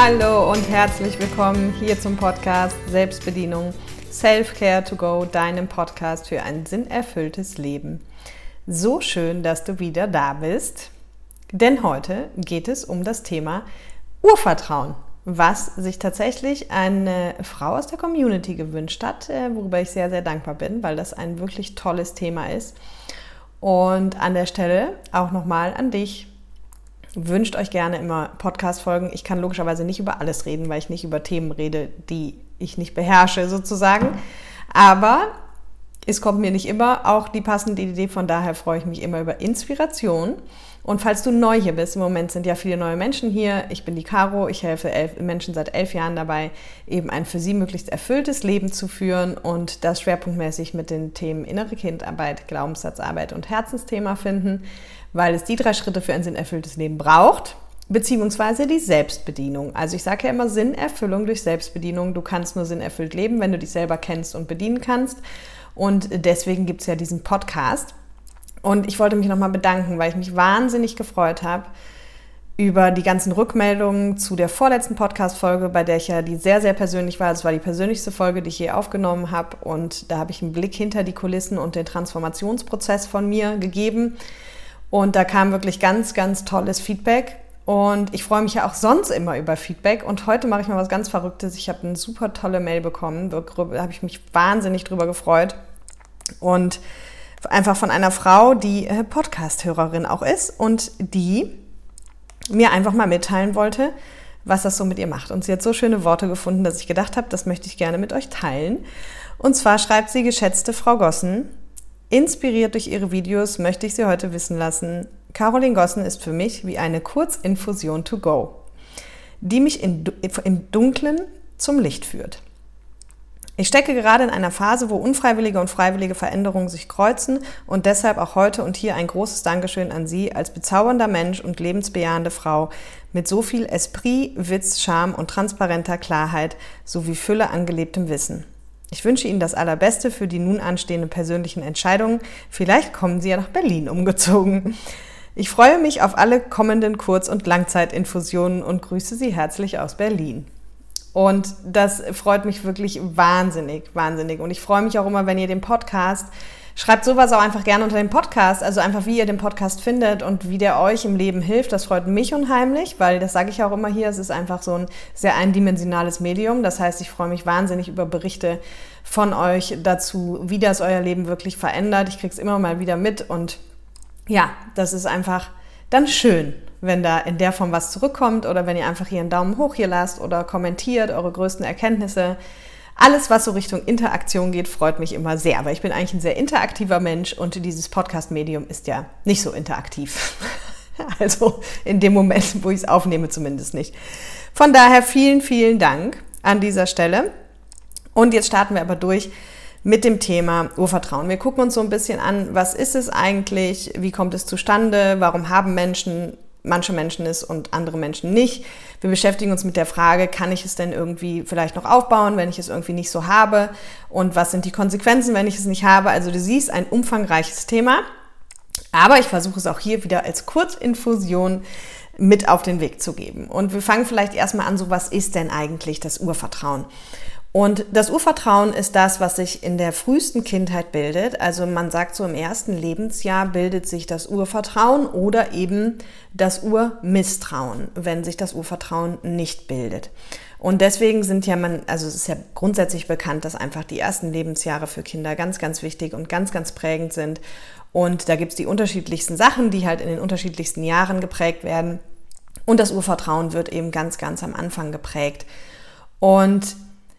Hallo und herzlich willkommen hier zum Podcast Selbstbedienung Self-Care to Go, deinem Podcast für ein sinnerfülltes Leben. So schön, dass du wieder da bist, denn heute geht es um das Thema Urvertrauen, was sich tatsächlich eine Frau aus der Community gewünscht hat, worüber ich sehr, sehr dankbar bin, weil das ein wirklich tolles Thema ist. Und an der Stelle auch nochmal an dich. Wünscht euch gerne immer Podcast-Folgen. Ich kann logischerweise nicht über alles reden, weil ich nicht über Themen rede, die ich nicht beherrsche sozusagen. Aber es kommt mir nicht immer auch die passende Idee. Von daher freue ich mich immer über Inspiration. Und falls du neu hier bist, im Moment sind ja viele neue Menschen hier. Ich bin die Caro. Ich helfe Menschen seit 11 Jahren dabei, eben ein für sie möglichst erfülltes Leben zu führen und das schwerpunktmäßig mit den Themen innere Kindarbeit, Glaubenssatzarbeit und Herzensthema finden, weil es die 3 Schritte für ein sinnerfülltes Leben braucht, beziehungsweise die Selbstbedienung. Also ich sage ja immer Sinnerfüllung durch Selbstbedienung. Du kannst nur sinnerfüllt leben, wenn du dich selber kennst und bedienen kannst. Und deswegen gibt es ja diesen Podcast. Und ich wollte mich nochmal bedanken, weil ich mich wahnsinnig gefreut habe über die ganzen Rückmeldungen zu der vorletzten Podcast-Folge, bei der ich ja die sehr, sehr persönlich war. Das war die persönlichste Folge, die ich je aufgenommen habe. Und da habe ich einen Blick hinter die Kulissen und den Transformationsprozess von mir gegeben. Und da kam wirklich ganz, ganz tolles Feedback. Und ich freue mich ja auch sonst immer über Feedback. Und heute mache ich mal was ganz Verrücktes. Ich habe eine super tolle Mail bekommen. Da habe ich mich wahnsinnig drüber gefreut. Und einfach von einer Frau, die Podcast-Hörerin auch ist und die mir einfach mal mitteilen wollte, was das so mit ihr macht. Und sie hat so schöne Worte gefunden, dass ich gedacht habe, das möchte ich gerne mit euch teilen. Und zwar schreibt sie: Geschätzte Frau Gossen, inspiriert durch ihre Videos möchte ich Sie heute wissen lassen, Caroline Gossen ist für mich wie eine Kurzinfusion to go, die mich im Dunklen zum Licht führt. Ich stecke gerade in einer Phase, wo unfreiwillige und freiwillige Veränderungen sich kreuzen und deshalb auch heute und hier ein großes Dankeschön an Sie als bezaubernder Mensch und lebensbejahende Frau mit so viel Esprit, Witz, Charme und transparenter Klarheit sowie Fülle an gelebtem Wissen. Ich wünsche Ihnen das Allerbeste für die nun anstehenden persönlichen Entscheidungen. Vielleicht kommen Sie ja nach Berlin umgezogen. Ich freue mich auf alle kommenden Kurz- und Langzeitinfusionen und grüße Sie herzlich aus Berlin. Und das freut mich wirklich wahnsinnig, wahnsinnig. Und ich freue mich auch immer, wenn ihr den Podcast, schreibt sowas auch einfach gerne unter dem Podcast, also einfach wie ihr den Podcast findet und wie der euch im Leben hilft. Das freut mich unheimlich, weil das sage ich auch immer hier, es ist einfach so ein sehr eindimensionales Medium. Das heißt, ich freue mich wahnsinnig über Berichte von euch dazu, wie das euer Leben wirklich verändert. Ich kriege es immer mal wieder mit und ja, das ist einfach dann schön, wenn da in der Form was zurückkommt oder wenn ihr einfach hier einen Daumen hoch hier lasst oder kommentiert eure größten Erkenntnisse. Alles, was so Richtung Interaktion geht, freut mich immer sehr, weil ich bin eigentlich ein sehr interaktiver Mensch und dieses Podcast-Medium ist ja nicht so interaktiv. Also in dem Moment, wo ich es aufnehme, zumindest nicht. Von daher vielen, vielen Dank an dieser Stelle. Und jetzt starten wir aber durch mit dem Thema Urvertrauen. Wir gucken uns so ein bisschen an, was ist es eigentlich, wie kommt es zustande, warum haben manche Menschen es und andere Menschen nicht. Wir beschäftigen uns mit der Frage, kann ich es denn irgendwie vielleicht noch aufbauen, wenn ich es irgendwie nicht so habe? Und was sind die Konsequenzen, wenn ich es nicht habe? Also du siehst, ein umfangreiches Thema. Aber ich versuche es auch hier wieder als Kurzinfusion mit auf den Weg zu geben. Und wir fangen vielleicht erstmal an, so was ist denn eigentlich das Urvertrauen? Und das Urvertrauen ist das, was sich in der frühesten Kindheit bildet. Also man sagt so, im ersten Lebensjahr bildet sich das Urvertrauen oder eben das Urmisstrauen, wenn sich das Urvertrauen nicht bildet. Und deswegen es ist ja grundsätzlich bekannt, dass einfach die ersten Lebensjahre für Kinder ganz, ganz wichtig und ganz, ganz prägend sind. Und da gibt es die unterschiedlichsten Sachen, die halt in den unterschiedlichsten Jahren geprägt werden. Und das Urvertrauen wird eben ganz, ganz am Anfang geprägt. Und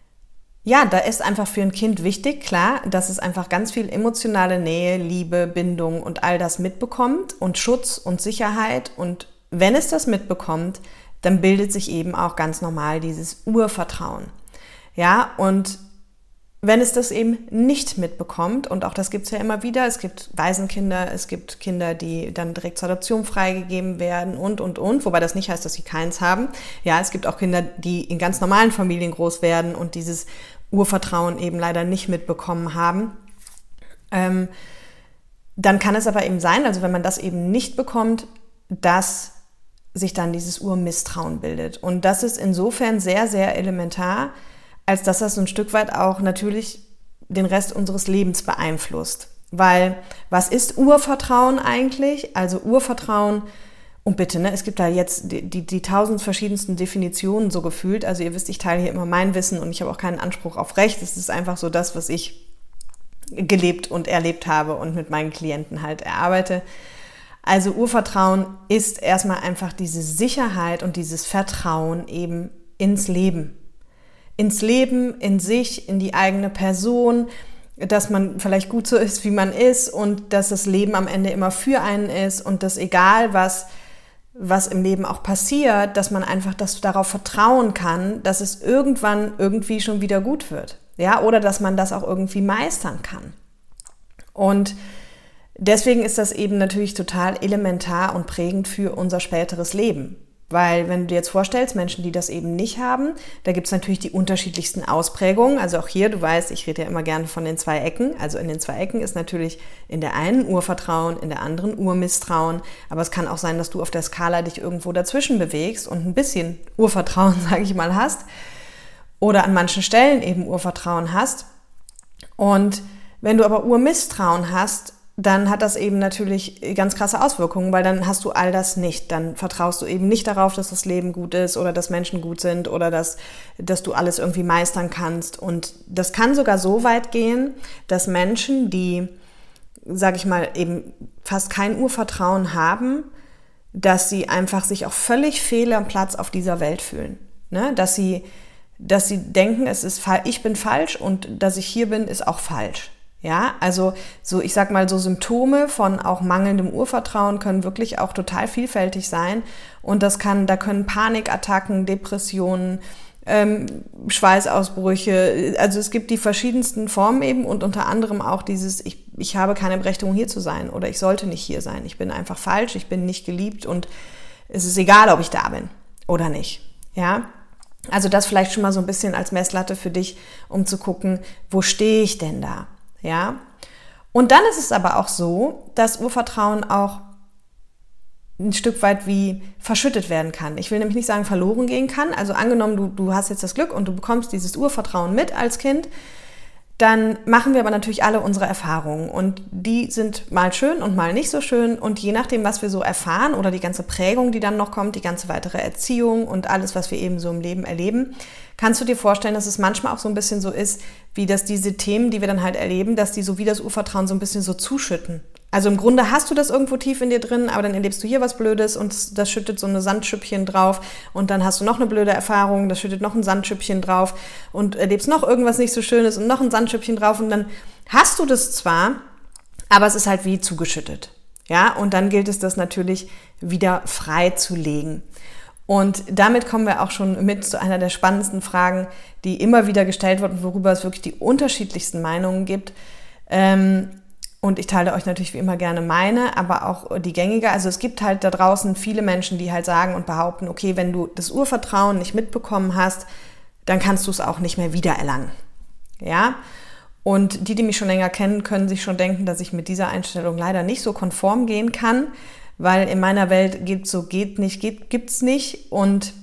ja, da ist einfach für ein Kind wichtig, klar, dass es einfach ganz viel emotionale Nähe, Liebe, Bindung und all das mitbekommt und Schutz und Sicherheit. Und wenn es das mitbekommt, dann bildet sich eben auch ganz normal dieses Urvertrauen. Ja, und wenn es das eben nicht mitbekommt, und auch das gibt es ja immer wieder, es gibt Waisenkinder, es gibt Kinder, die dann direkt zur Adoption freigegeben werden und, wobei das nicht heißt, dass sie keins haben. Ja, es gibt auch Kinder, die in ganz normalen Familien groß werden und dieses Urvertrauen eben leider nicht mitbekommen haben. Dann kann es aber eben sein, also wenn man das eben nicht bekommt, dass sich dann dieses Urmisstrauen bildet. Und das ist insofern sehr, sehr elementar, als dass das so ein Stück weit auch natürlich den Rest unseres Lebens beeinflusst. Weil was ist Urvertrauen eigentlich? Also Urvertrauen, und bitte, ne, es gibt da jetzt die 1000 verschiedensten Definitionen so gefühlt. Also ihr wisst, ich teile hier immer mein Wissen und ich habe auch keinen Anspruch auf Recht. Es ist einfach so das, was ich gelebt und erlebt habe und mit meinen Klienten halt erarbeite. Also Urvertrauen ist erstmal einfach diese Sicherheit und dieses Vertrauen eben ins Leben. Ins Leben, in sich, in die eigene Person, dass man vielleicht gut so ist, wie man ist und dass das Leben am Ende immer für einen ist und dass egal was im Leben auch passiert, dass man einfach darauf vertrauen kann, dass es irgendwann irgendwie schon wieder gut wird. Ja, oder dass man das auch irgendwie meistern kann. Und deswegen ist das eben natürlich total elementar und prägend für unser späteres Leben. Weil wenn du dir jetzt vorstellst, Menschen, die das eben nicht haben, da gibt es natürlich die unterschiedlichsten Ausprägungen. Also auch hier, du weißt, ich rede ja immer gerne von den 2 Ecken. Also in den 2 Ecken ist natürlich in der einen Urvertrauen, in der anderen Urmisstrauen. Aber es kann auch sein, dass du auf der Skala dich irgendwo dazwischen bewegst und ein bisschen Urvertrauen, sage ich mal, hast. Oder an manchen Stellen eben Urvertrauen hast. Und wenn du aber Urmisstrauen hast, dann hat das eben natürlich ganz krasse Auswirkungen, weil dann hast du all das nicht. Dann vertraust du eben nicht darauf, dass das Leben gut ist oder dass Menschen gut sind oder dass du alles irgendwie meistern kannst. Und das kann sogar so weit gehen, dass Menschen, die, sag ich mal, eben fast kein Urvertrauen haben, dass sie einfach sich auch völlig fehl am Platz auf dieser Welt fühlen. Ne? Dass sie denken, ich bin falsch und dass ich hier bin, ist auch falsch. Ja, also so, ich sag mal, so Symptome von auch mangelndem Urvertrauen können wirklich auch total vielfältig sein. Und da können Panikattacken, Depressionen, Schweißausbrüche, also es gibt die verschiedensten Formen eben und unter anderem auch dieses, ich habe keine Berechtigung hier zu sein oder ich sollte nicht hier sein. Ich bin einfach falsch, ich bin nicht geliebt und es ist egal, ob ich da bin oder nicht. Ja, also das vielleicht schon mal so ein bisschen als Messlatte für dich, um zu gucken, wo stehe ich denn da? Ja, und dann ist es aber auch so, dass Urvertrauen auch ein Stück weit wie verschüttet werden kann. Ich will nämlich nicht sagen, verloren gehen kann. Also angenommen, du hast jetzt das Glück und du bekommst dieses Urvertrauen mit als Kind, dann machen wir aber natürlich alle unsere Erfahrungen und die sind mal schön und mal nicht so schön und je nachdem, was wir so erfahren oder die ganze Prägung, die dann noch kommt, die ganze weitere Erziehung und alles, was wir eben so im Leben erleben, kannst du dir vorstellen, dass es manchmal auch so ein bisschen so ist, wie dass diese Themen, die wir dann halt erleben, dass die so wie das Urvertrauen so ein bisschen so zuschütten. Also im Grunde hast du das irgendwo tief in dir drin, aber dann erlebst du hier was Blödes und das schüttet so eine Sandschüppchen drauf und dann hast du noch eine blöde Erfahrung, das schüttet noch ein Sandschüppchen drauf und erlebst noch irgendwas nicht so Schönes und noch ein Sandschüppchen drauf und dann hast du das zwar, aber es ist halt wie zugeschüttet. Ja, und dann gilt es, das natürlich wieder freizulegen. Und damit kommen wir auch schon mit zu einer der spannendsten Fragen, die immer wieder gestellt wird und worüber es wirklich die unterschiedlichsten Meinungen gibt. Und ich teile euch natürlich wie immer gerne meine, aber auch die gängige. Also es gibt halt da draußen viele Menschen, die halt sagen und behaupten, okay, wenn du das Urvertrauen nicht mitbekommen hast, dann kannst du es auch nicht mehr wiedererlangen. Ja? Und die mich schon länger kennen, können sich schon denken, dass ich mit dieser Einstellung leider nicht so konform gehen kann, weil in meiner Welt gibt's nicht. Und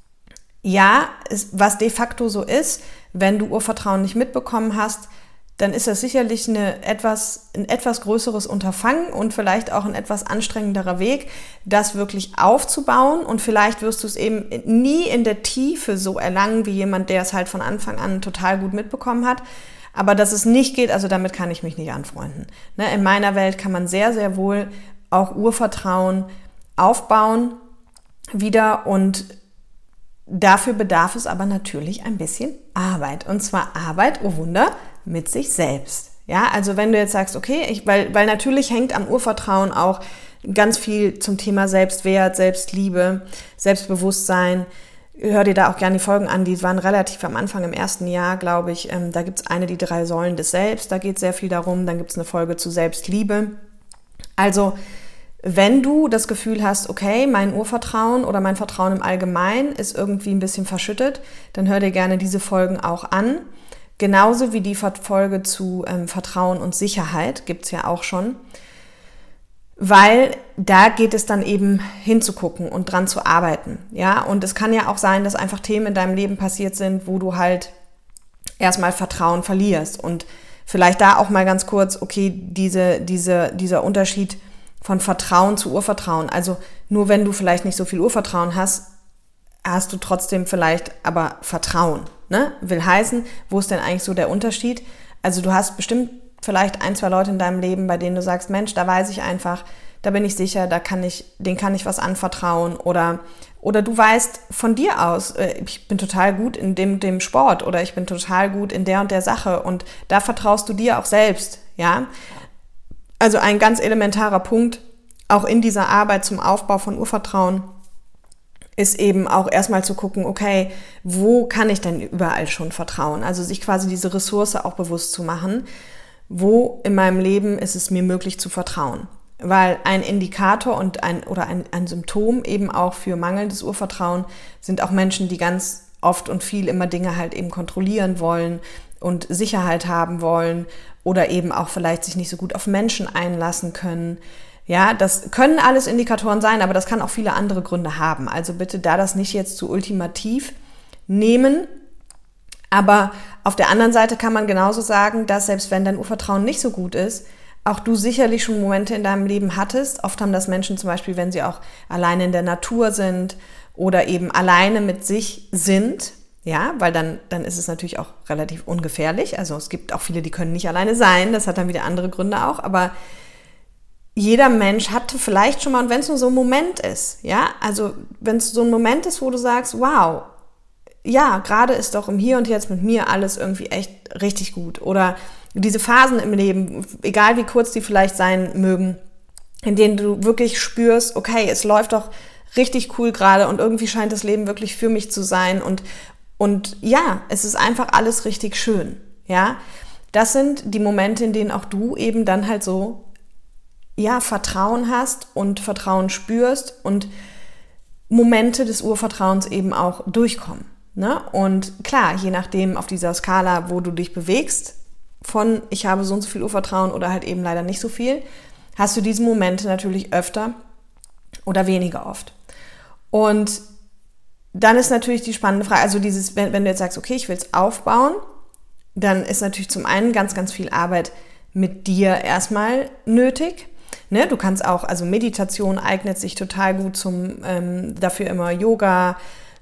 ja, was de facto so ist, wenn du Urvertrauen nicht mitbekommen hast, dann ist das sicherlich ein etwas größeres Unterfangen und vielleicht auch ein etwas anstrengenderer Weg, das wirklich aufzubauen. Und vielleicht wirst du es eben nie in der Tiefe so erlangen, wie jemand, der es halt von Anfang an total gut mitbekommen hat. Aber dass es nicht geht, also damit kann ich mich nicht anfreunden. In meiner Welt kann man sehr, sehr wohl auch Urvertrauen aufbauen wieder und dafür bedarf es aber natürlich ein bisschen Arbeit. Und zwar Arbeit, oh Wunder, mit sich selbst. Ja, also wenn du jetzt sagst, okay, weil natürlich hängt am Urvertrauen auch ganz viel zum Thema Selbstwert, Selbstliebe, Selbstbewusstsein. Hör dir da auch gerne die Folgen an, die waren relativ am Anfang im ersten Jahr, glaube ich. Da gibt es die 3 Säulen des Selbst, da geht sehr viel darum. Dann gibt es eine Folge zu Selbstliebe. Also wenn du das Gefühl hast, okay, mein Urvertrauen oder mein Vertrauen im Allgemeinen ist irgendwie ein bisschen verschüttet, dann hör dir gerne diese Folgen auch an. Genauso wie die Folge zu Vertrauen und Sicherheit, gibt's ja auch schon. weil da geht es dann eben hinzugucken und dran zu arbeiten. Ja, und es kann ja auch sein, dass einfach Themen in deinem Leben passiert sind, wo du halt erstmal Vertrauen verlierst. Und vielleicht da auch mal ganz kurz, okay, dieser Unterschied von Vertrauen zu Urvertrauen. Also nur wenn du vielleicht nicht so viel Urvertrauen hast, hast du trotzdem vielleicht aber Vertrauen. Ne? Will heißen, wo ist denn eigentlich so der Unterschied? Also du hast bestimmt vielleicht 1, 2 Leute in deinem Leben, bei denen du sagst, Mensch, da weiß ich einfach, da bin ich sicher, denen kann ich was anvertrauen. Oder du weißt von dir aus, ich bin total gut in dem Sport oder ich bin total gut in der und der Sache und da vertraust du dir auch selbst. Ja? Also ein ganz elementarer Punkt, auch in dieser Arbeit zum Aufbau von Urvertrauen, ist eben auch erstmal zu gucken, okay, wo kann ich denn überall schon vertrauen? Also sich quasi diese Ressource auch bewusst zu machen, wo in meinem Leben ist es mir möglich zu vertrauen. Weil ein Indikator und ein Symptom eben auch für mangelndes Urvertrauen sind auch Menschen, die ganz oft und viel immer Dinge halt eben kontrollieren wollen und Sicherheit haben wollen oder eben auch vielleicht sich nicht so gut auf Menschen einlassen können. Ja, das können alles Indikatoren sein, aber das kann auch viele andere Gründe haben. Also bitte da das nicht jetzt zu ultimativ nehmen. Aber auf der anderen Seite kann man genauso sagen, dass selbst wenn dein Urvertrauen nicht so gut ist, auch du sicherlich schon Momente in deinem Leben hattest. Oft haben das Menschen zum Beispiel, wenn sie auch alleine in der Natur sind oder eben alleine mit sich sind. Ja, weil dann ist es natürlich auch relativ ungefährlich. Also es gibt auch viele, die können nicht alleine sein. Das hat dann wieder andere Gründe auch. Aber jeder Mensch hatte vielleicht schon mal, und wenn es nur so ein Moment ist, ja, also wenn es so ein Moment ist, wo du sagst, wow, ja, gerade ist doch im Hier und Jetzt mit mir alles irgendwie echt richtig gut. Oder diese Phasen im Leben, egal wie kurz die vielleicht sein mögen, in denen du wirklich spürst, okay, es läuft doch richtig cool gerade und irgendwie scheint das Leben wirklich für mich zu sein und ja, es ist einfach alles richtig schön, ja. Das sind die Momente, in denen auch du eben dann halt so ja, Vertrauen hast und Vertrauen spürst und Momente des Urvertrauens eben auch durchkommen. Ne? Und klar, je nachdem auf dieser Skala, wo du dich bewegst, von ich habe so und so viel Urvertrauen oder halt eben leider nicht so viel, hast du diese Momente natürlich öfter oder weniger oft. Und dann ist natürlich die spannende Frage, also dieses, wenn du jetzt sagst, okay, ich will es aufbauen, dann ist natürlich zum einen ganz, ganz viel Arbeit mit dir erstmal nötig. Ne, du kannst auch, also Meditation eignet sich total gut dafür immer Yoga,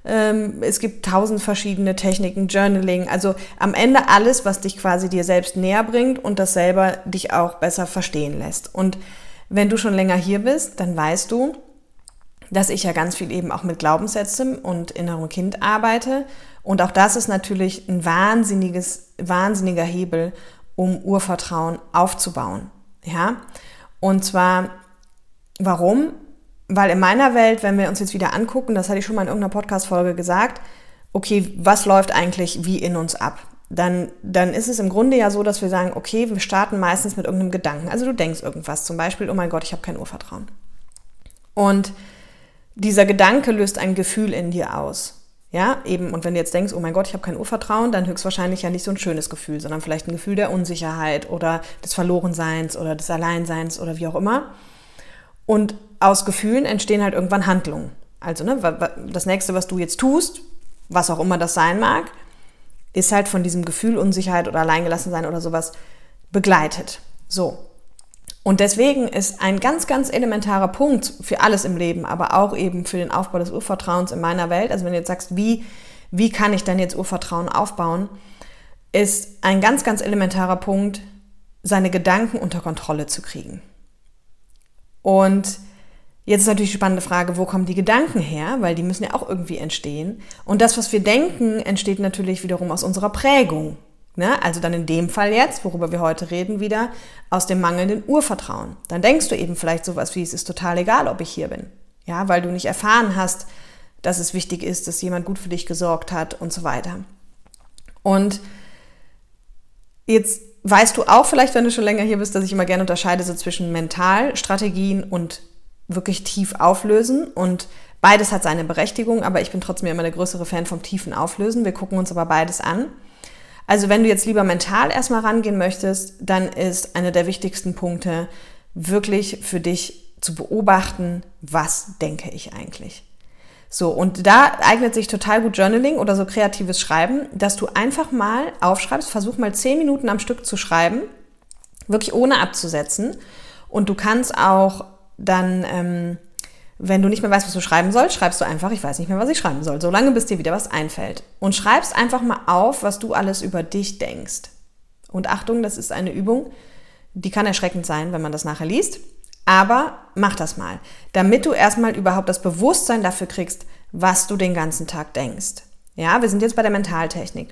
es gibt 1000 verschiedene Techniken, Journaling, also am Ende alles, was dich quasi dir selbst näher bringt und das selber dich auch besser verstehen lässt. Und wenn du schon länger hier bist, dann weißt du, dass ich ja ganz viel eben auch mit Glaubenssätzen und innerem Kind arbeite und auch das ist natürlich ein wahnsinniger Hebel, um Urvertrauen aufzubauen, ja. Und zwar, warum? Weil in meiner Welt, wenn wir uns jetzt wieder angucken, das hatte ich schon mal in irgendeiner Podcast-Folge gesagt, okay, was läuft eigentlich wie in uns ab? Dann ist es im Grunde ja so, dass wir sagen, okay, wir starten meistens mit irgendeinem Gedanken. Also du denkst irgendwas, zum Beispiel, oh mein Gott, ich habe kein Urvertrauen. Und dieser Gedanke löst ein Gefühl in dir aus. Ja, eben, und wenn du jetzt denkst, oh mein Gott, ich habe kein Urvertrauen, dann höchstwahrscheinlich ja nicht so ein schönes Gefühl, sondern vielleicht ein Gefühl der Unsicherheit oder des Verlorenseins oder des Alleinseins oder wie auch immer. Und aus Gefühlen entstehen halt irgendwann Handlungen. Also das Nächste, was du jetzt tust, was auch immer das sein mag, ist halt von diesem Gefühl Unsicherheit oder Alleingelassensein oder sowas begleitet. So. Und deswegen ist ein ganz, ganz elementarer Punkt für alles im Leben, aber auch eben für den Aufbau des Urvertrauens in meiner Welt, also wenn du jetzt sagst, wie kann ich denn jetzt Urvertrauen aufbauen, ist ein ganz, ganz elementarer Punkt, seine Gedanken unter Kontrolle zu kriegen. Und jetzt ist natürlich die spannende Frage, wo kommen die Gedanken her? Weil die müssen ja auch irgendwie entstehen. Und das, was wir denken, entsteht natürlich wiederum aus unserer Prägung. Ne? Also dann in dem Fall jetzt, worüber wir heute reden, wieder aus dem mangelnden Urvertrauen. Dann denkst du eben vielleicht sowas wie, es ist total egal, ob ich hier bin. Ja, weil du nicht erfahren hast, dass es wichtig ist, dass jemand gut für dich gesorgt hat und so weiter. Und jetzt weißt du auch vielleicht, wenn du schon länger hier bist, dass ich immer gerne unterscheide so zwischen Mentalstrategien und wirklich tief auflösen. Und beides hat seine Berechtigung, aber ich bin trotzdem immer der größere Fan vom tiefen Auflösen. Wir gucken uns aber beides an. Also wenn du jetzt lieber mental erstmal rangehen möchtest, dann ist einer der wichtigsten Punkte, wirklich für dich zu beobachten, was denke ich eigentlich. So, und da eignet sich total gut Journaling oder so kreatives Schreiben, dass du einfach mal aufschreibst, versuch mal 10 Minuten am Stück zu schreiben, wirklich ohne abzusetzen. Und du kannst auch dann, wenn du nicht mehr weißt, was du schreiben sollst, schreibst du einfach, ich weiß nicht mehr, was ich schreiben soll, solange bis dir wieder was einfällt. Und schreibst einfach mal auf, was du alles über dich denkst. Und Achtung, das ist eine Übung, die kann erschreckend sein, wenn man das nachher liest. Aber mach das mal, damit du erstmal überhaupt das Bewusstsein dafür kriegst, was du den ganzen Tag denkst. Ja, wir sind jetzt bei der Mentaltechnik.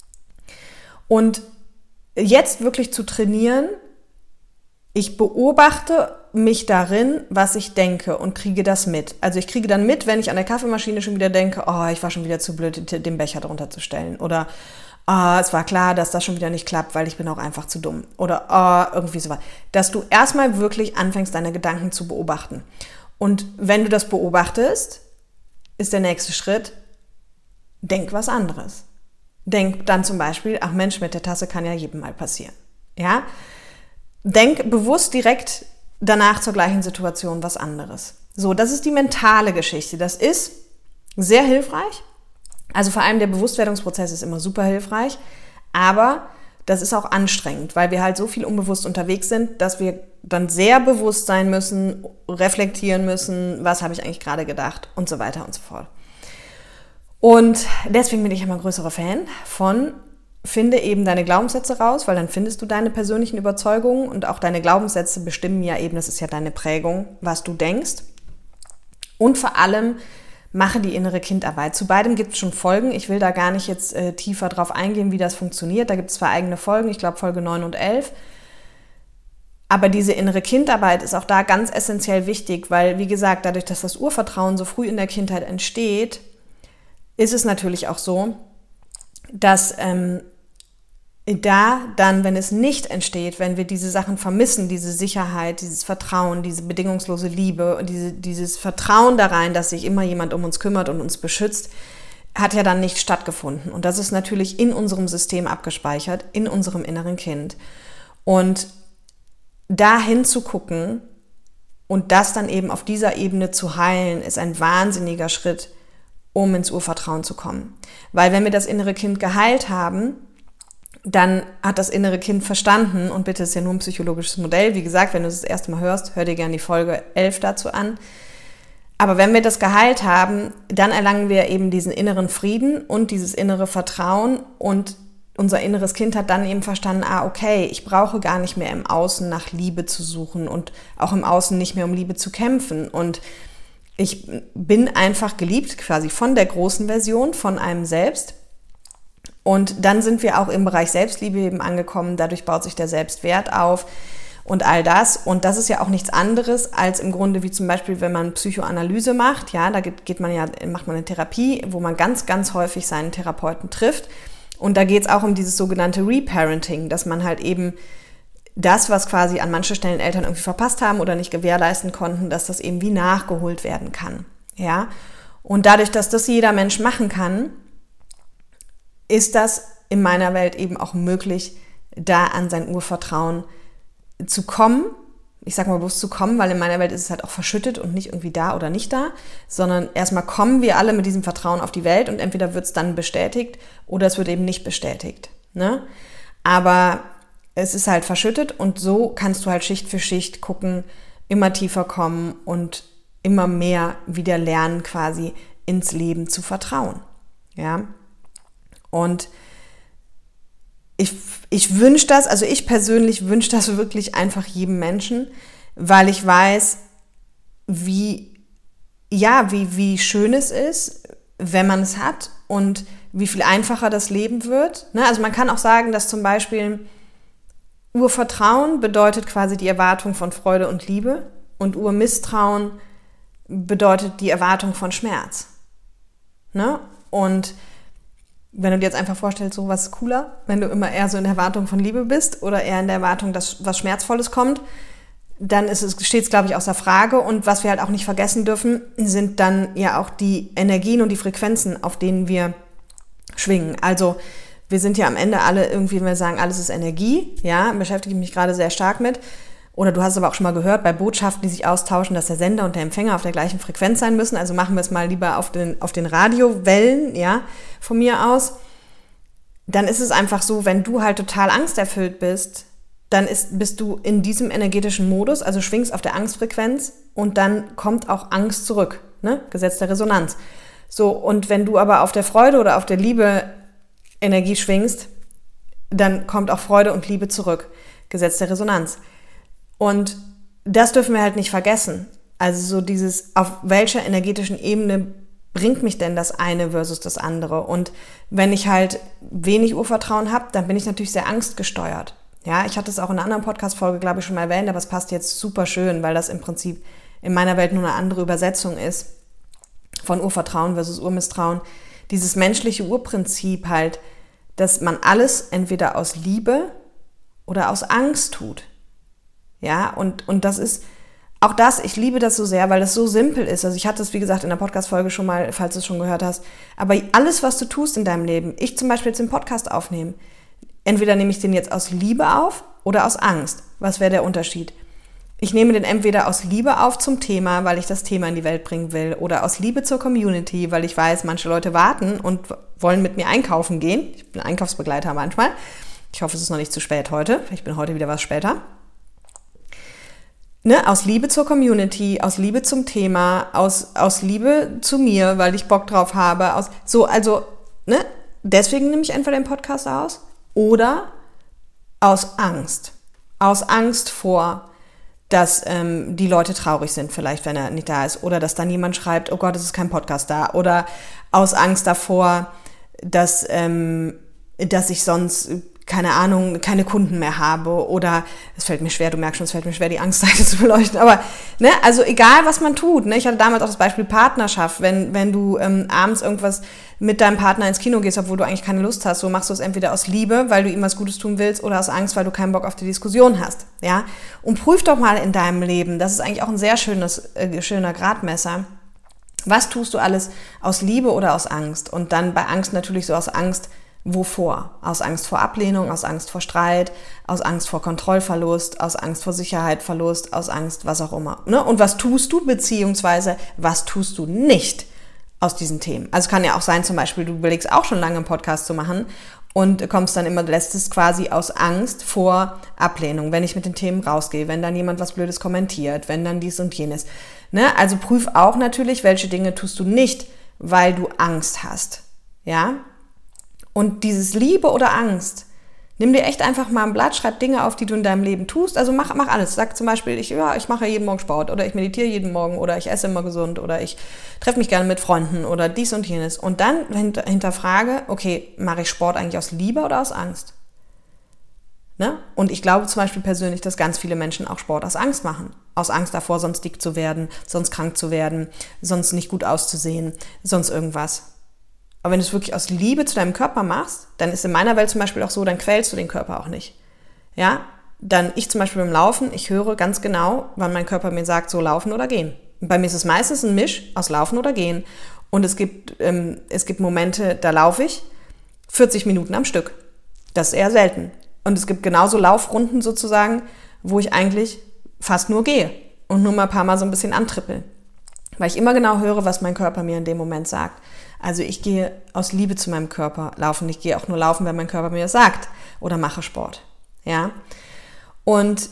Und jetzt wirklich zu trainieren, ich beobachte mich darin, was ich denke und kriege das mit. Also ich kriege dann mit, wenn ich an der Kaffeemaschine schon wieder denke, oh, ich war schon wieder zu blöd, den Becher drunter zu stellen. Oder es war klar, dass das schon wieder nicht klappt, weil ich bin auch einfach zu dumm. Oder irgendwie so was. Dass du erstmal wirklich anfängst, deine Gedanken zu beobachten. Und wenn du das beobachtest, ist der nächste Schritt, denk was anderes. Denk dann zum Beispiel, ach Mensch, mit der Tasse kann ja jedem mal passieren. Ja? Denk bewusst direkt danach zur gleichen Situation was anderes. So, das ist die mentale Geschichte. Das ist sehr hilfreich. Also vor allem der Bewusstwerdungsprozess ist immer super hilfreich, aber das ist auch anstrengend, weil wir halt so viel unbewusst unterwegs sind, dass wir dann sehr bewusst sein müssen, reflektieren müssen, was habe ich eigentlich gerade gedacht und so weiter und so fort. Und deswegen bin ich immer ein größerer Fan von, finde eben deine Glaubenssätze raus, weil dann findest du deine persönlichen Überzeugungen und auch deine Glaubenssätze bestimmen ja eben, das ist ja deine Prägung, was du denkst. Und vor allem mache die innere Kindarbeit. Zu beidem gibt es schon Folgen. Ich will da gar nicht jetzt tiefer drauf eingehen, wie das funktioniert. Da gibt es 2 eigene Folgen, ich glaube Folge 9 und 11. Aber diese innere Kindarbeit ist auch da ganz essentiell wichtig, weil, wie gesagt, dadurch, dass das Urvertrauen so früh in der Kindheit entsteht, ist es natürlich auch so, dass da dann, wenn es nicht entsteht, wenn wir diese Sachen vermissen, diese Sicherheit, dieses Vertrauen, diese bedingungslose Liebe und dieses Vertrauen da rein, dass sich immer jemand um uns kümmert und uns beschützt, hat ja dann nicht stattgefunden. Und das ist natürlich in unserem System abgespeichert, in unserem inneren Kind. Und da hinzugucken und das dann eben auf dieser Ebene zu heilen, ist ein wahnsinniger Schritt, um ins Urvertrauen zu kommen. Weil wenn wir das innere Kind geheilt haben, dann hat das innere Kind verstanden, und bitte, ist ja nur ein psychologisches Modell, wie gesagt, wenn du das erste Mal hörst, hör dir gerne die Folge 11 dazu an. Aber wenn wir das geheilt haben, dann erlangen wir eben diesen inneren Frieden und dieses innere Vertrauen, und unser inneres Kind hat dann eben verstanden, okay, ich brauche gar nicht mehr im Außen nach Liebe zu suchen und auch im Außen nicht mehr um Liebe zu kämpfen, und ich bin einfach geliebt, quasi von der großen Version, von einem selbst. Und dann sind wir auch im Bereich Selbstliebe eben angekommen, dadurch baut sich der Selbstwert auf und all das. Und das ist ja auch nichts anderes als im Grunde wie zum Beispiel, wenn man Psychoanalyse macht, ja, da macht man eine Therapie, wo man ganz, ganz häufig seinen Therapeuten trifft. Und da geht es auch um dieses sogenannte Reparenting, dass man halt eben das, was quasi an manchen Stellen Eltern irgendwie verpasst haben oder nicht gewährleisten konnten, dass das eben wie nachgeholt werden kann, ja. Und dadurch, dass das jeder Mensch machen kann, ist das in meiner Welt eben auch möglich, da an sein Urvertrauen zu kommen. Ich sage mal bewusst zu kommen, weil in meiner Welt ist es halt auch verschüttet und nicht irgendwie da oder nicht da, sondern erstmal kommen wir alle mit diesem Vertrauen auf die Welt, und entweder wird es dann bestätigt oder es wird eben nicht bestätigt, ne? Aber es ist halt verschüttet, und so kannst du halt Schicht für Schicht gucken, immer tiefer kommen und immer mehr wieder lernen, quasi ins Leben zu vertrauen, ja. Und ich wünsche das, also ich persönlich wünsche das wirklich einfach jedem Menschen, weil ich weiß, wie schön es ist, wenn man es hat, und wie viel einfacher das Leben wird. Also man kann auch sagen, dass zum Beispiel Urvertrauen bedeutet quasi die Erwartung von Freude und Liebe, und Urmisstrauen bedeutet die Erwartung von Schmerz. Und wenn du dir jetzt einfach vorstellst, so was ist cooler, wenn du immer eher so in der Erwartung von Liebe bist oder eher in der Erwartung, dass was Schmerzvolles kommt, dann steht es, glaube ich, außer Frage. Und was wir halt auch nicht vergessen dürfen, sind dann ja auch die Energien und die Frequenzen, auf denen wir schwingen. Also wir sind ja am Ende alle irgendwie, wenn wir sagen, alles ist Energie, ja, beschäftige ich mich gerade sehr stark mit. Oder du hast es aber auch schon mal gehört, bei Botschaften, die sich austauschen, dass der Sender und der Empfänger auf der gleichen Frequenz sein müssen. Also machen wir es mal lieber auf den Radiowellen, ja, von mir aus. Dann ist es einfach so, wenn du halt total angsterfüllt bist, dann bist du in diesem energetischen Modus, also schwingst auf der Angstfrequenz und dann kommt auch Angst zurück, ne? Gesetz der Resonanz. So, und wenn du aber auf der Freude oder auf der Liebe Energie schwingst, dann kommt auch Freude und Liebe zurück. Gesetz der Resonanz. Und das dürfen wir halt nicht vergessen. Also so dieses, auf welcher energetischen Ebene bringt mich denn das eine versus das andere? Und wenn ich halt wenig Urvertrauen habe, dann bin ich natürlich sehr angstgesteuert. Ja, ich hatte es auch in einer anderen Podcast-Folge, glaube ich, schon mal erwähnt, aber es passt jetzt super schön, weil das im Prinzip in meiner Welt nur eine andere Übersetzung ist von Urvertrauen versus Urmisstrauen. Dieses menschliche Urprinzip halt, dass man alles entweder aus Liebe oder aus Angst tut. Ja, und das ist auch das, ich liebe das so sehr, weil das so simpel ist. Also ich hatte es, wie gesagt, in der Podcast-Folge schon mal, falls du es schon gehört hast. Aber alles, was du tust in deinem Leben, ich zum Beispiel jetzt den Podcast aufnehmen, entweder nehme ich den jetzt aus Liebe auf oder aus Angst. Was wäre der Unterschied? Ich nehme den entweder aus Liebe auf zum Thema, weil ich das Thema in die Welt bringen will, oder aus Liebe zur Community, weil ich weiß, manche Leute warten und wollen mit mir einkaufen gehen. Ich bin Einkaufsbegleiter manchmal. Ich hoffe, es ist noch nicht zu spät heute. Ich bin heute wieder was später. Ne, aus Liebe zur Community, aus Liebe zum Thema, aus Liebe zu mir, weil ich Bock drauf habe. Deswegen nehme ich entweder den Podcast aus oder aus Angst. Aus Angst vor, dass die Leute traurig sind, vielleicht, wenn er nicht da ist. Oder dass dann jemand schreibt, oh Gott, es ist kein Podcast da. Oder aus Angst davor, dass ich sonst, keine Ahnung, keine Kunden mehr habe. Oder es fällt mir schwer, du merkst schon, es fällt mir schwer, die Angstseite zu beleuchten. Aber, ne, also egal, was man tut. Ne? Ich hatte damals auch das Beispiel Partnerschaft. Wenn du abends irgendwas mit deinem Partner ins Kino gehst, obwohl du eigentlich keine Lust hast, so machst du es entweder aus Liebe, weil du ihm was Gutes tun willst, oder aus Angst, weil du keinen Bock auf die Diskussion hast. Ja? Und prüf doch mal in deinem Leben, das ist eigentlich auch ein sehr schöner Gradmesser. Was tust du alles aus Liebe oder aus Angst? Und dann bei Angst natürlich so aus Angst, wovor? Aus Angst vor Ablehnung, aus Angst vor Streit, aus Angst vor Kontrollverlust, aus Angst vor Sicherheitsverlust, aus Angst, was auch immer. Ne? Und was tust du, beziehungsweise was tust du nicht aus diesen Themen? Also kann ja auch sein, zum Beispiel, du überlegst auch schon lange einen Podcast zu machen und kommst dann immer, lässt es quasi aus Angst vor Ablehnung, wenn ich mit den Themen rausgehe, wenn dann jemand was Blödes kommentiert, wenn dann dies und jenes. Ne? Also prüf auch natürlich, welche Dinge tust du nicht, weil du Angst hast. Ja? Und dieses Liebe oder Angst, nimm dir echt einfach mal ein Blatt, schreib Dinge auf, die du in deinem Leben tust. Also mach alles. Sag zum Beispiel, ich mache jeden Morgen Sport oder ich meditiere jeden Morgen oder ich esse immer gesund oder ich treffe mich gerne mit Freunden oder dies und jenes. Und dann hinterfrage, okay, mache ich Sport eigentlich aus Liebe oder aus Angst? Ne? Und ich glaube zum Beispiel persönlich, dass ganz viele Menschen auch Sport aus Angst machen. Aus Angst davor, sonst dick zu werden, sonst krank zu werden, sonst nicht gut auszusehen, sonst irgendwas. Aber wenn du es wirklich aus Liebe zu deinem Körper machst, dann ist in meiner Welt zum Beispiel auch so, dann quälst du den Körper auch nicht. Ja, dann ich zum Beispiel beim Laufen, ich höre ganz genau, wann mein Körper mir sagt, so laufen oder gehen. Und bei mir ist es meistens ein Misch aus Laufen oder Gehen. Und es gibt Momente, da laufe ich 40 Minuten am Stück. Das ist eher selten. Und es gibt genauso Laufrunden sozusagen, wo ich eigentlich fast nur gehe und nur mal ein paar Mal so ein bisschen antrippel. Weil ich immer genau höre, was mein Körper mir in dem Moment sagt. Also ich gehe aus Liebe zu meinem Körper laufen. Ich gehe auch nur laufen, wenn mein Körper mir das sagt. Oder mache Sport. Ja? Und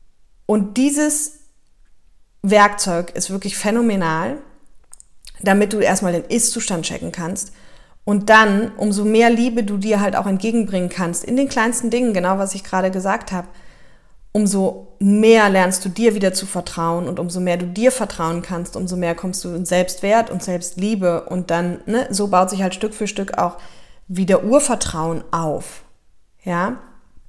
dieses Werkzeug ist wirklich phänomenal, damit du erstmal den Ist-Zustand checken kannst. Und dann, umso mehr Liebe du dir halt auch entgegenbringen kannst, in den kleinsten Dingen, genau was ich gerade gesagt habe, umso mehr lernst du dir wieder zu vertrauen und umso mehr du dir vertrauen kannst, umso mehr kommst du in Selbstwert und Selbstliebe und dann, ne, so baut sich halt Stück für Stück auch wieder Urvertrauen auf. Ja?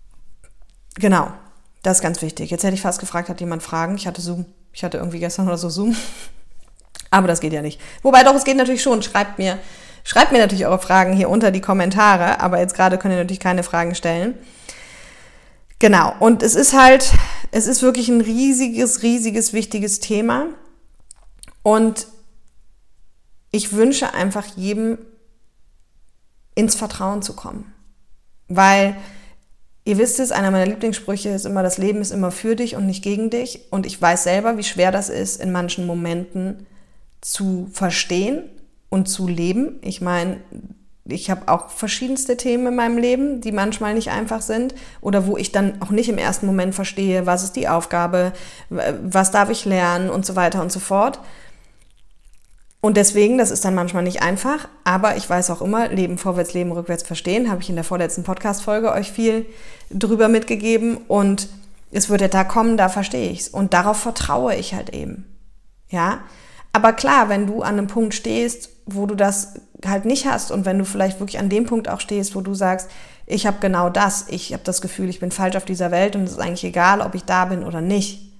Genau, das ist ganz wichtig. Jetzt hätte ich fast gefragt, hat jemand Fragen? Ich hatte irgendwie gestern oder so Zoom, aber das geht ja nicht. Wobei doch, es geht natürlich schon. Schreibt mir natürlich eure Fragen hier unter die Kommentare, aber jetzt gerade könnt ihr natürlich keine Fragen stellen. Genau, und es ist wirklich ein riesiges, wichtiges Thema und ich wünsche einfach jedem ins Vertrauen zu kommen, weil Ihr wisst es, einer meiner Lieblingssprüche ist immer, das Leben ist immer für dich und nicht gegen dich. Und ich weiß selber, wie schwer das ist, in manchen Momenten zu verstehen und zu leben. Ich meine, ich habe auch verschiedenste Themen in meinem Leben, die manchmal nicht einfach sind oder wo ich dann auch nicht im ersten Moment verstehe, was ist die Aufgabe, was darf ich lernen und so weiter und so fort. Und deswegen, das ist dann manchmal nicht einfach, aber ich weiß auch immer, Leben vorwärts, Leben rückwärts verstehen, habe ich in der vorletzten Podcast-Folge euch viel drüber mitgegeben und es wird der Tag kommen, da verstehe ich es und darauf vertraue ich halt eben, ja. Aber klar, wenn du an einem Punkt stehst, wo du das halt nicht hast und wenn du vielleicht wirklich an dem Punkt auch stehst, wo du sagst, ich habe genau das, ich habe das Gefühl, ich bin falsch auf dieser Welt und es ist eigentlich egal, ob ich da bin oder nicht,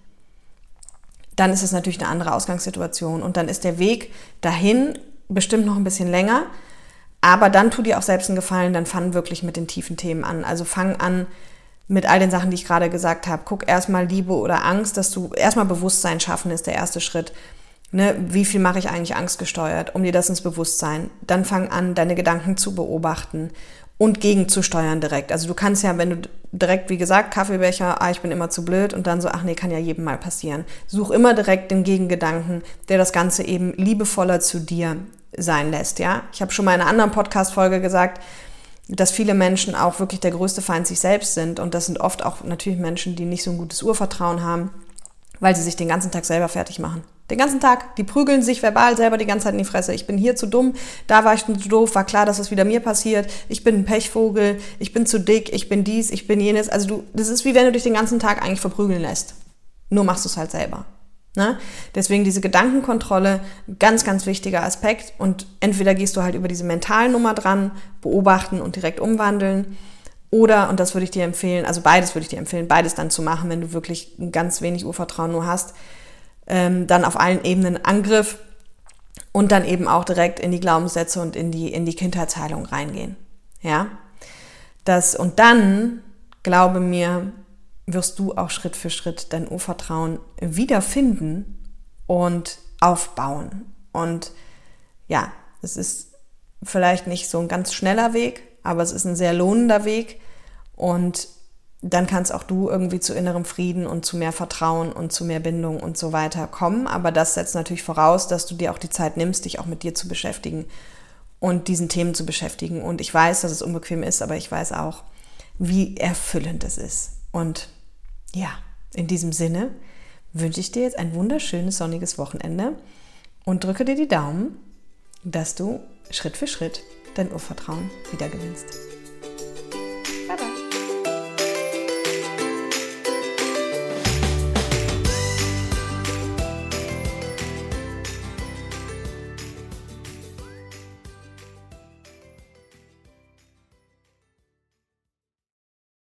dann ist es natürlich eine andere Ausgangssituation und dann ist der Weg dahin bestimmt noch ein bisschen länger, aber dann tu dir auch selbst einen Gefallen, dann fang wirklich mit den tiefen Themen an. Also fang an mit all den Sachen, die ich gerade gesagt habe. Guck erstmal Liebe oder Angst, dass du erstmal Bewusstsein schaffen ist der erste Schritt. Ne, wie viel mache ich eigentlich angstgesteuert, um dir das ins Bewusstsein. Dann fang an, deine Gedanken zu beobachten und gegenzusteuern direkt. Also du kannst ja, wenn du direkt, wie gesagt, Kaffeebecher, ich bin immer zu blöd und dann so, ach nee, kann ja jedem mal passieren. Such immer direkt den Gegengedanken, der das Ganze eben liebevoller zu dir sein lässt. Ja, ich habe schon mal in einer anderen Podcast-Folge gesagt, dass viele Menschen auch wirklich der größte Feind sich selbst sind und das sind oft auch natürlich Menschen, die nicht so ein gutes Urvertrauen haben, weil sie sich den ganzen Tag selber fertig machen. Den ganzen Tag, die prügeln sich verbal selber die ganze Zeit in die Fresse. Ich bin hier zu dumm, da war ich zu doof, war klar, dass das wieder mir passiert. Ich bin ein Pechvogel, ich bin zu dick, ich bin dies, ich bin jenes. Also das ist wie wenn du dich den ganzen Tag eigentlich verprügeln lässt. Nur machst du es halt selber. Ne? Deswegen diese Gedankenkontrolle, ganz, ganz wichtiger Aspekt. Und entweder gehst du halt über diese Mentalnummer dran, beobachten und direkt umwandeln. Oder, und das würde ich dir empfehlen, also beides würde ich dir empfehlen, beides dann zu machen, wenn du wirklich ganz wenig Urvertrauen nur hast. Dann auf allen Ebenen Angriff und dann eben auch direkt in die Glaubenssätze und in die Kindheitsheilung reingehen. Ja? Und dann, glaube mir, wirst du auch Schritt für Schritt dein Urvertrauen wiederfinden und aufbauen. Und ja, es ist vielleicht nicht so ein ganz schneller Weg, aber es ist ein sehr lohnender Weg und dann kannst auch du irgendwie zu innerem Frieden und zu mehr Vertrauen und zu mehr Bindung und so weiter kommen. Aber das setzt natürlich voraus, dass du dir auch die Zeit nimmst, dich auch mit dir zu beschäftigen und diesen Themen zu beschäftigen. Und ich weiß, dass es unbequem ist, aber ich weiß auch, wie erfüllend es ist. Und ja, in diesem Sinne wünsche ich dir jetzt ein wunderschönes sonniges Wochenende und drücke dir die Daumen, dass du Schritt für Schritt dein Urvertrauen wiedergewinnst.